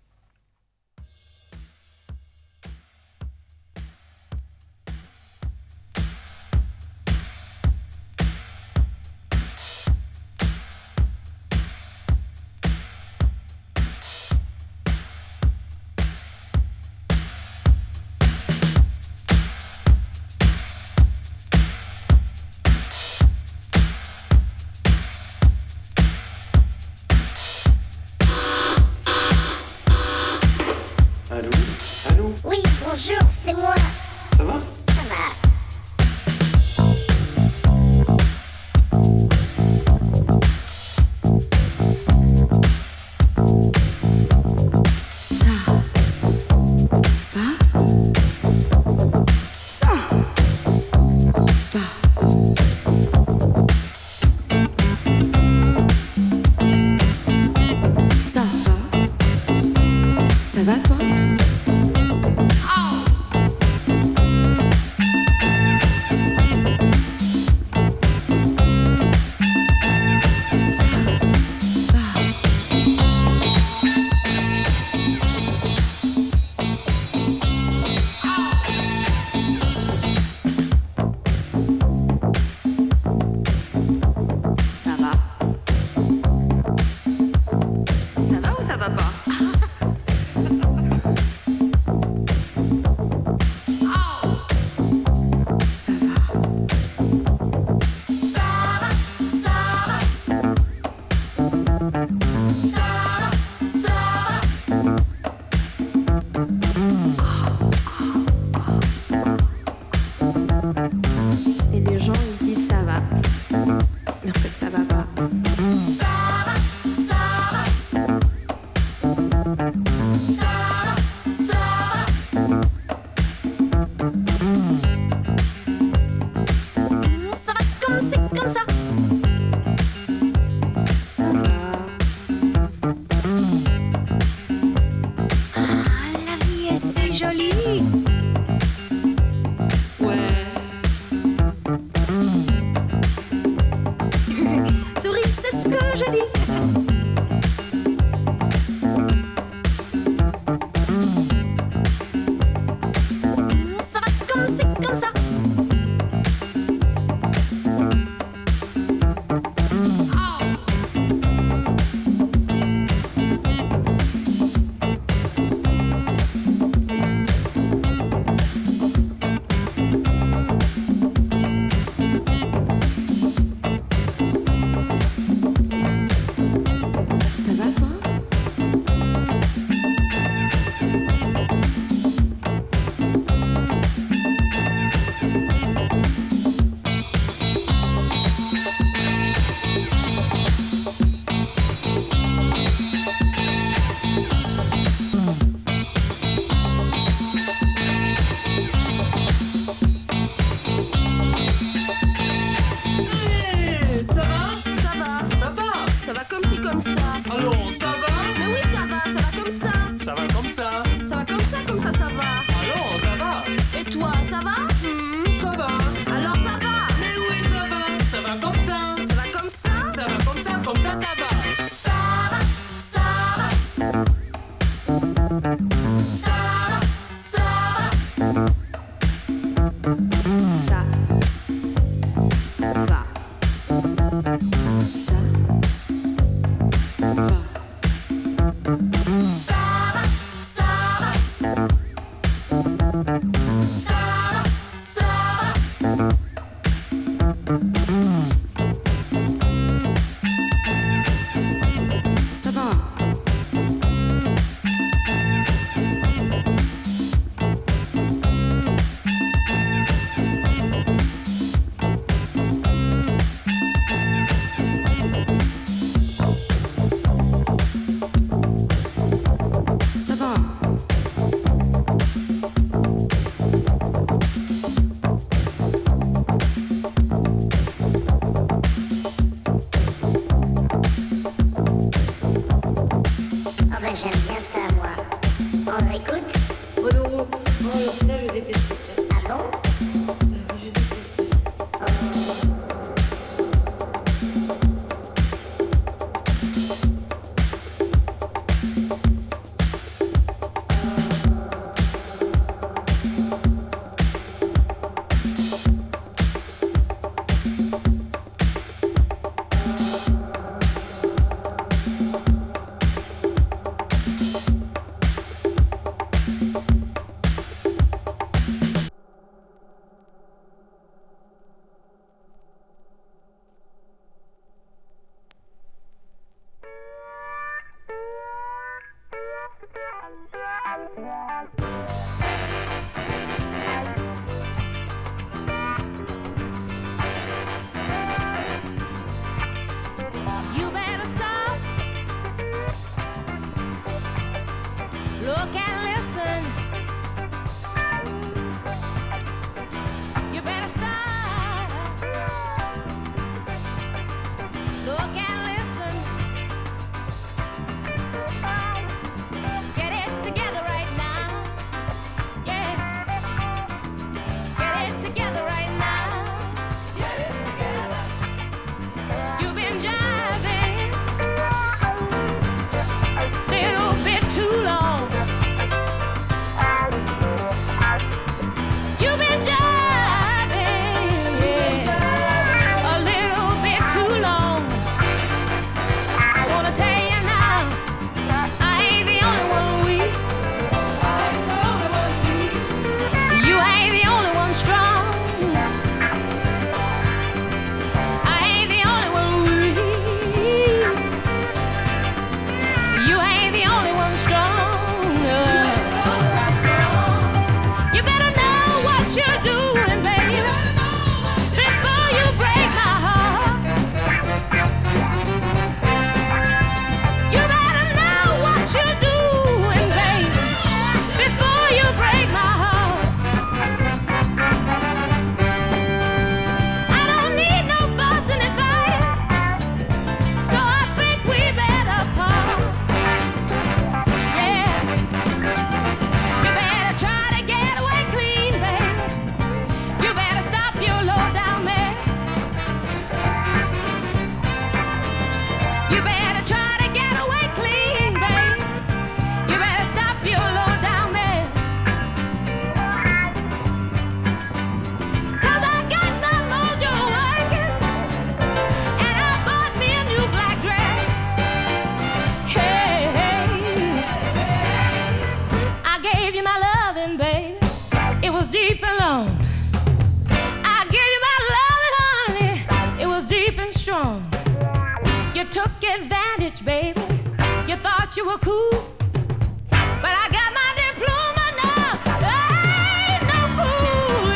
ça va pas. Ça va, ça va. Ça va, ça va. Ça va comme ci, comme ça. Ça va. Ah, la vie est si jolie. Ouais. Souris, c'est ce que je dis. Ça va comme ci, comme ça. Ça va toi? Ça va comme ci comme ça. Allons, ça va? Mais oui, ça va comme ça. Ça va comme ça. Ça va comme ça va. Allons, ça va? Et toi, ça va? Ça va. Alors ça va. Mais oui, ça va. Ça va comme ça. Ça va comme ça. Ça va comme ça, comme ça, ça va. Ça va, ça va. Ça va, ça va. Ça va. Ça va. Ça va, ça va. Ça va, ça va. Ça va. Ça va. Ah ben j'aime bien ça moi. On réécoute? Oh non, alors ça, je déteste ça. Ah bon? Je déteste ça. You better stop. Look and listen. You better stop. Look and listen. Get it together right now. Yeah. Get it together right now. Get it together. You've been jiving little bit too long. You've been jiving a little bit too long. You took advantage, baby. You thought you were cool, but I got my diploma now. I ain't no fool.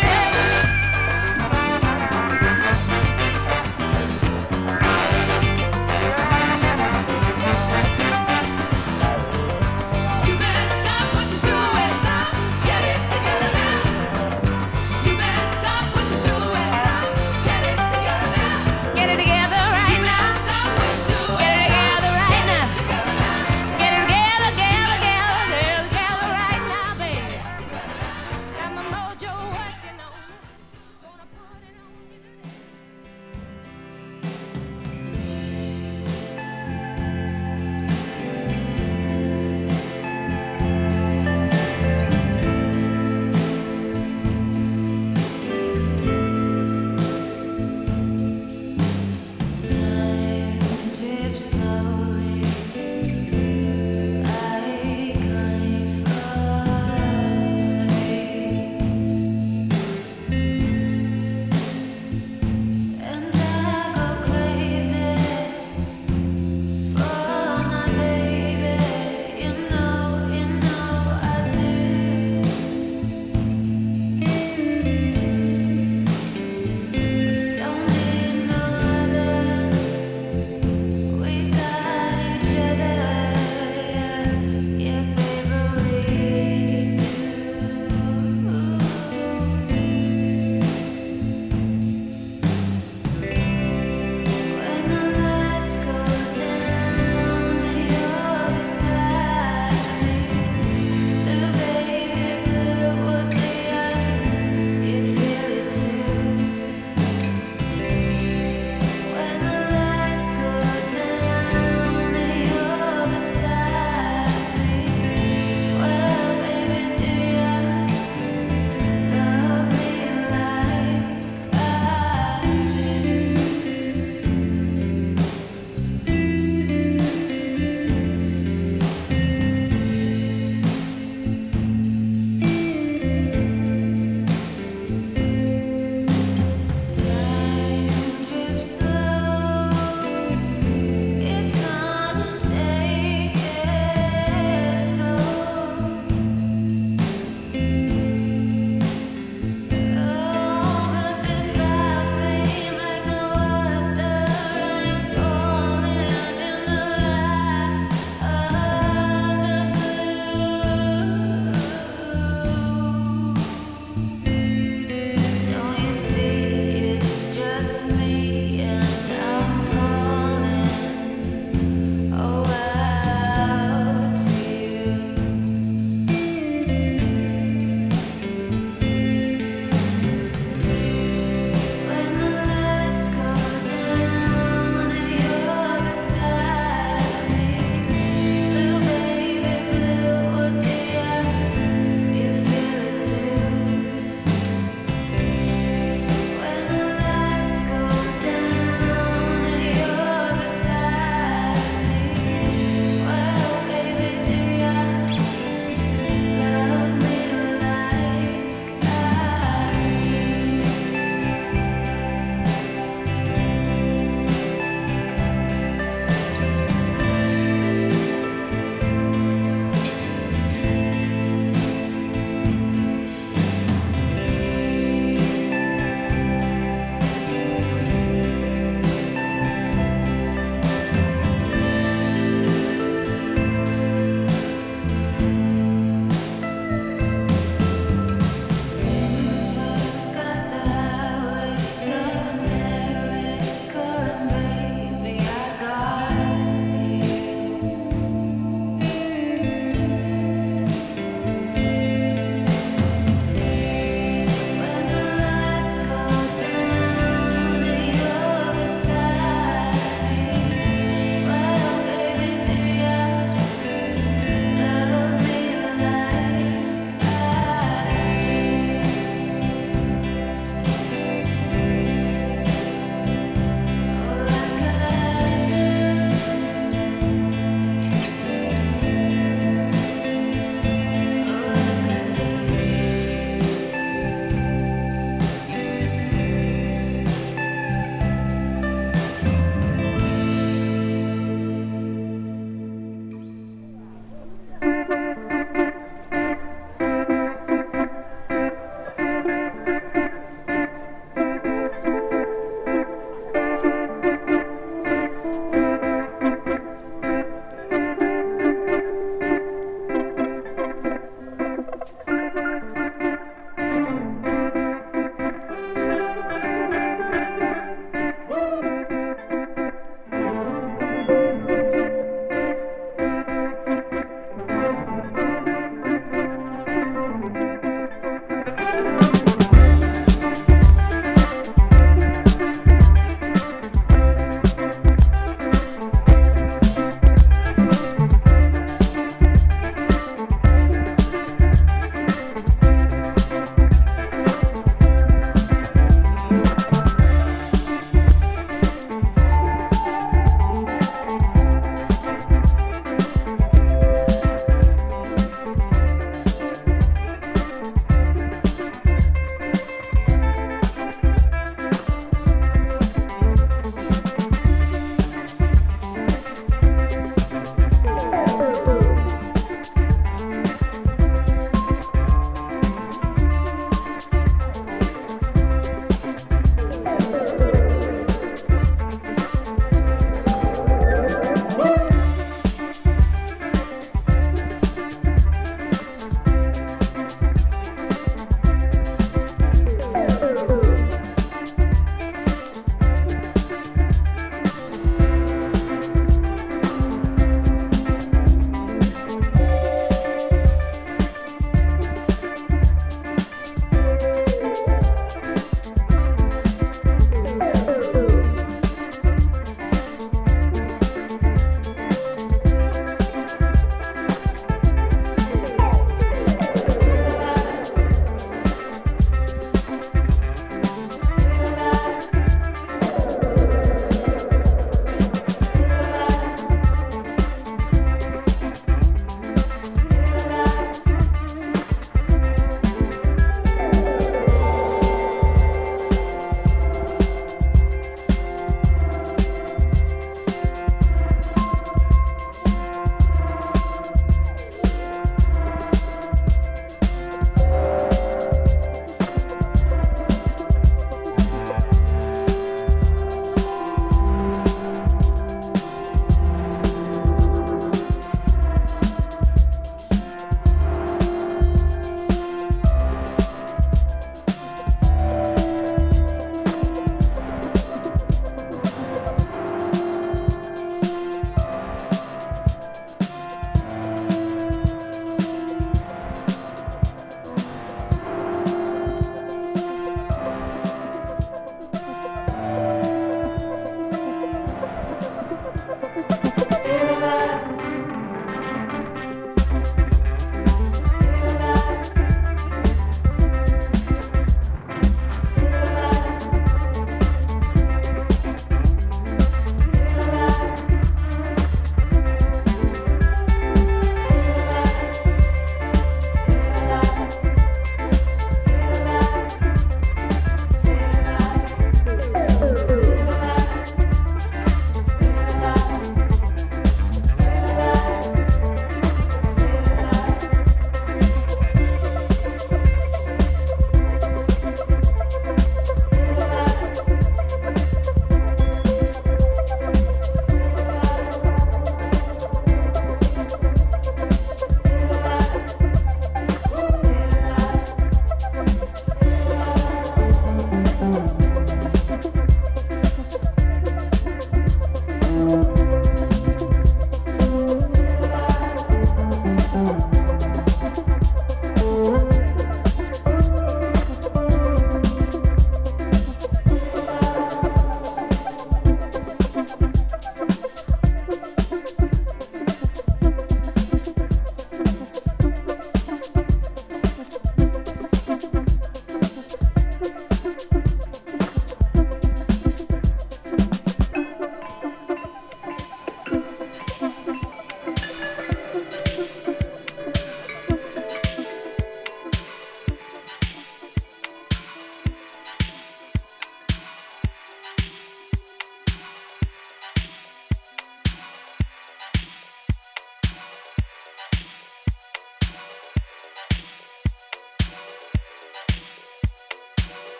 You better stop what you're doing. Stop. Get it together now. You better stop what you're doing. Stop. Get it together now. Get it together right now. Stop what you're doing. Get it together right now. Get it together.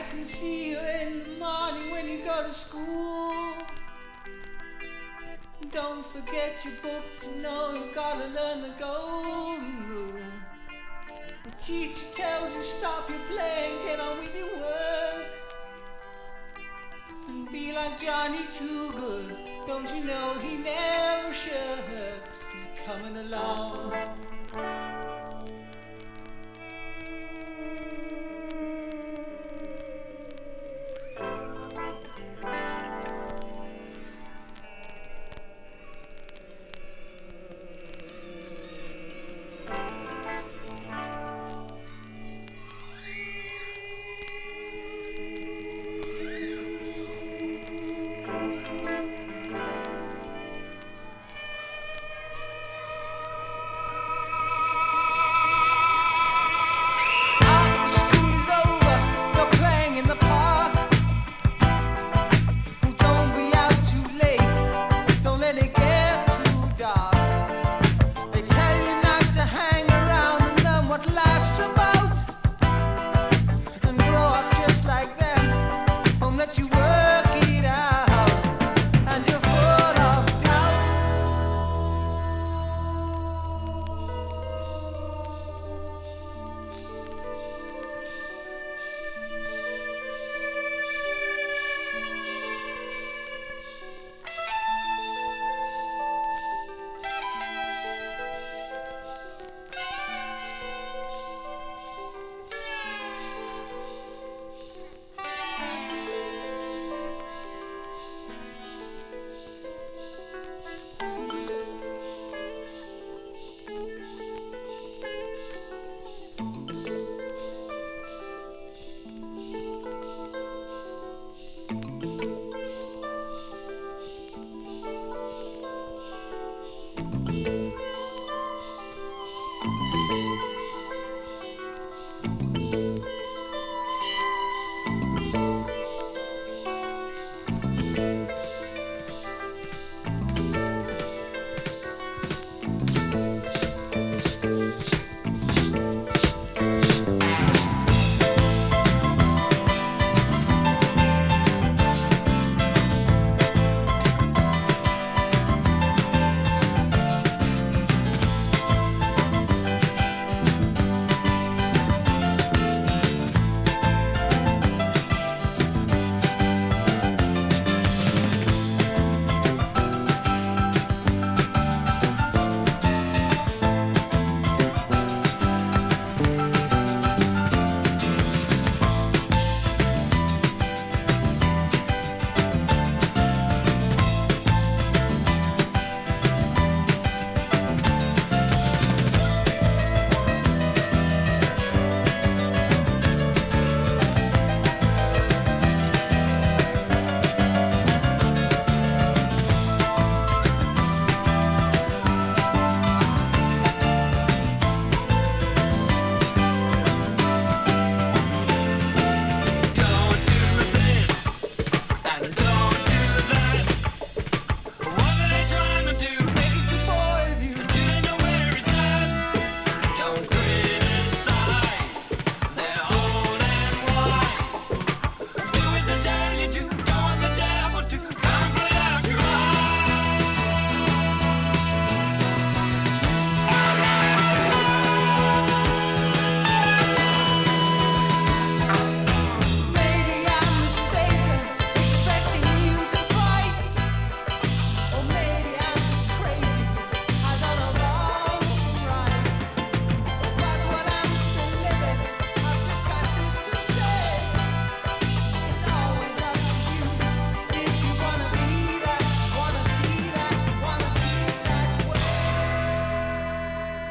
can see you in the morning when you go to school. Don't forget your books, you know you've got to learn the golden rule. The teacher tells you stop your playing, get on with your work. And be like Johnny Too Good, don't you know he never shirks, he's coming along.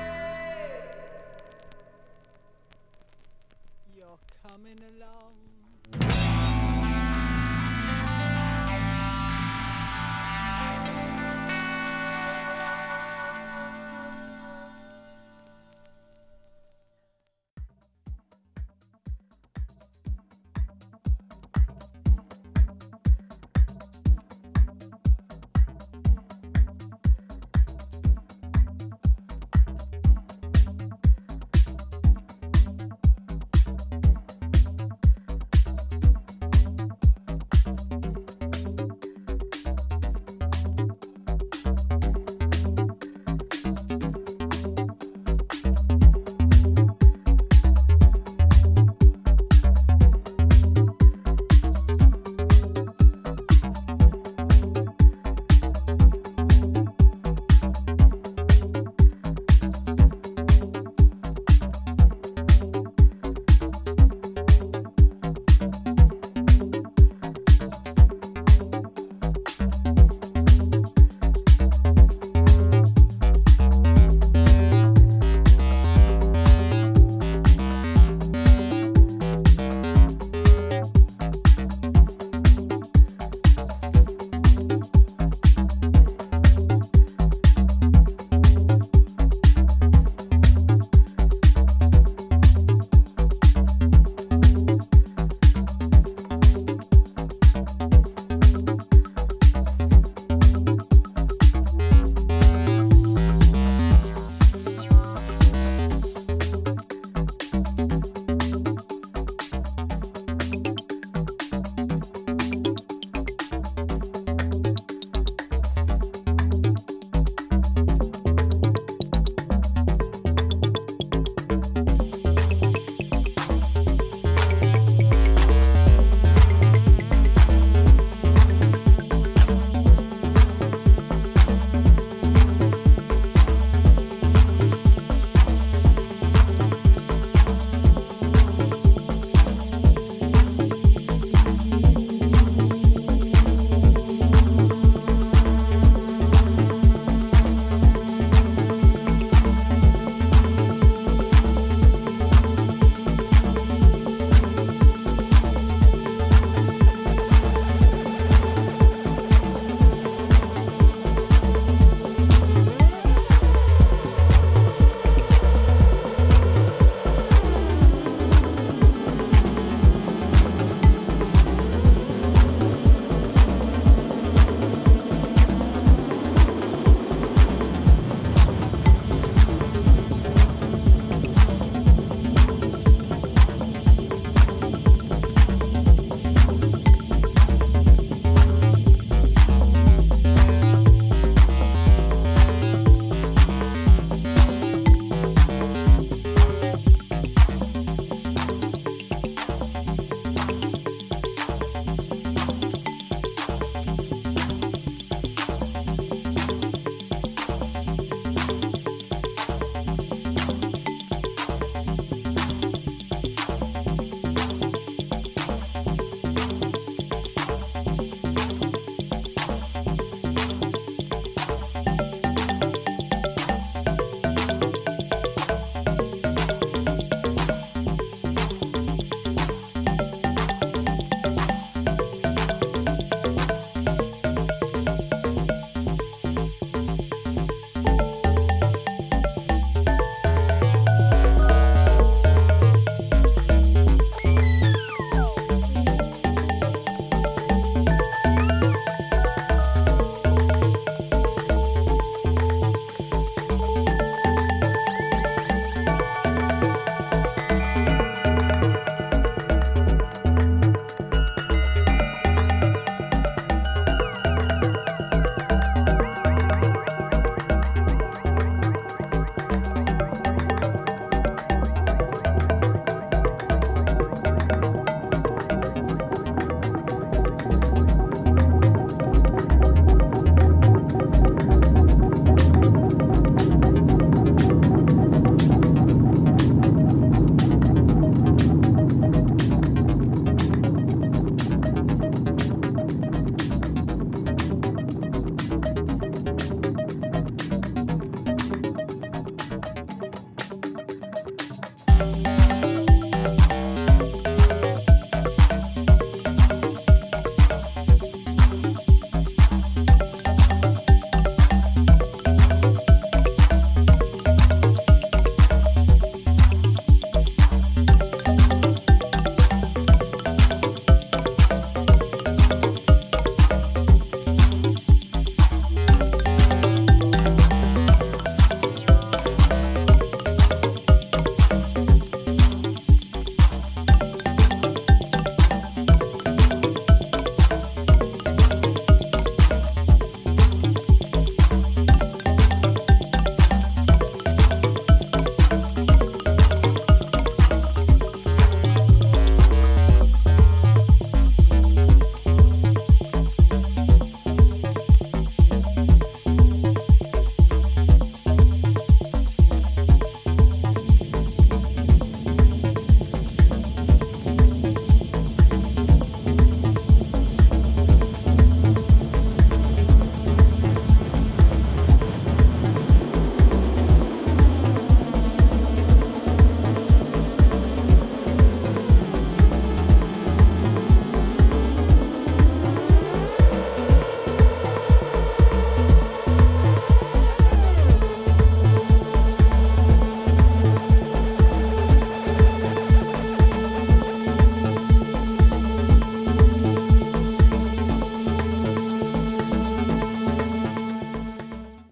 You're coming along.